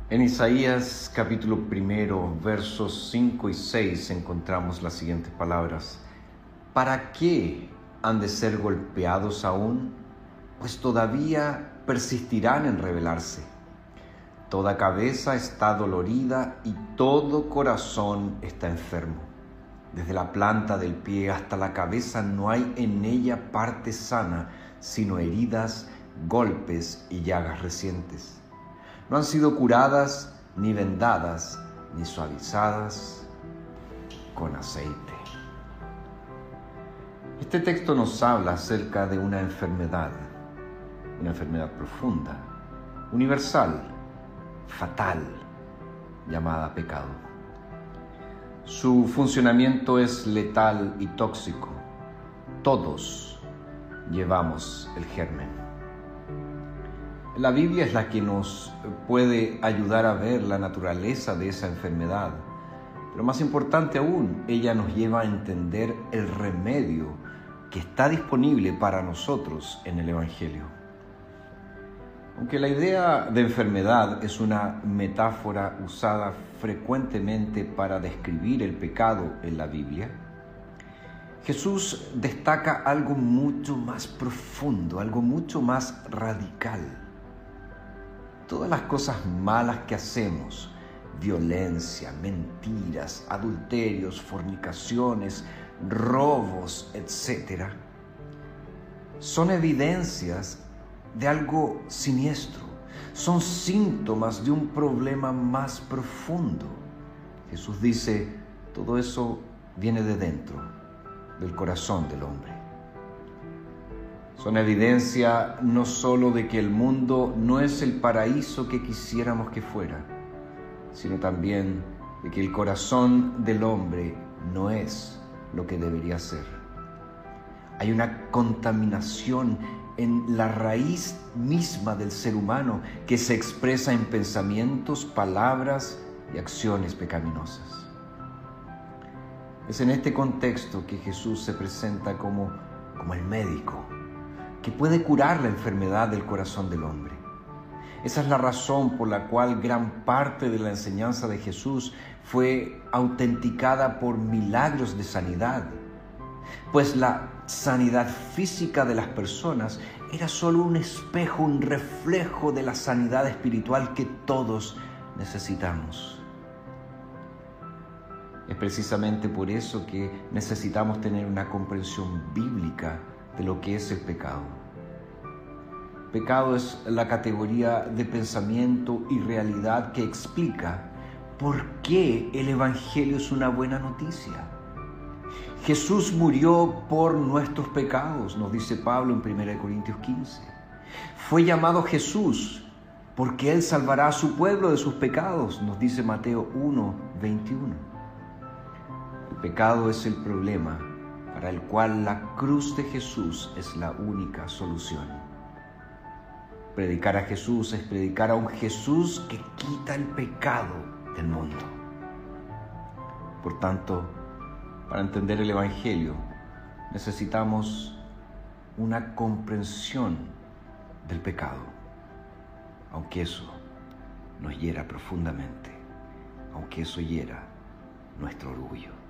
En Isaías capítulo 1, versos 5 y 6 encontramos las siguientes palabras. ¿Para qué han de ser golpeados aún? Pues todavía persistirán en rebelarse. Toda cabeza está dolorida y todo corazón está enfermo. Desde la planta del pie hasta la cabeza no hay en ella parte sana, sino heridas, golpes y llagas recientes. No han sido curadas, ni vendadas, ni suavizadas con aceite. Este texto nos habla acerca de una enfermedad profunda, universal, fatal, llamada pecado. Su funcionamiento es letal y tóxico. Todos llevamos el germen. La Biblia es la que nos puede ayudar a ver la naturaleza de esa enfermedad. Pero más importante aún, ella nos lleva a entender el remedio que está disponible para nosotros en el Evangelio. Aunque la idea de enfermedad es una metáfora usada frecuentemente para describir el pecado en la Biblia, Jesús destaca algo mucho más profundo, algo mucho más radical. Todas las cosas malas que hacemos, violencia, mentiras, adulterios, fornicaciones, robos, etc., son evidencias de algo siniestro, son síntomas de un problema más profundo. Jesús dice, todo eso viene de dentro, del corazón del hombre. Son evidencia no solo de que el mundo no es el paraíso que quisiéramos que fuera, sino también de que el corazón del hombre no es lo que debería ser. Hay una contaminación en la raíz misma del ser humano que se expresa en pensamientos, palabras y acciones pecaminosas. Es en este contexto que Jesús se presenta como el médico que puede curar la enfermedad del corazón del hombre. Esa es la razón por la cual gran parte de la enseñanza de Jesús fue autenticada por milagros de sanidad, pues la sanidad física de las personas era solo un espejo, un reflejo de la sanidad espiritual que todos necesitamos. Es precisamente por eso que necesitamos tener una comprensión bíblica de lo que es el pecado. Pecado es la categoría de pensamiento y realidad que explica por qué el Evangelio es una buena noticia. Jesús murió por nuestros pecados, nos dice Pablo en 1 Corintios 15. Fue llamado Jesús porque Él salvará a su pueblo de sus pecados, nos dice Mateo 1:21. El pecado es el problema para el cual la cruz de Jesús es la única solución. Predicar a Jesús es predicar a un Jesús que quita el pecado del mundo. Por tanto, para entender el Evangelio, necesitamos una comprensión del pecado, aunque eso nos hiera profundamente, aunque eso hiera nuestro orgullo.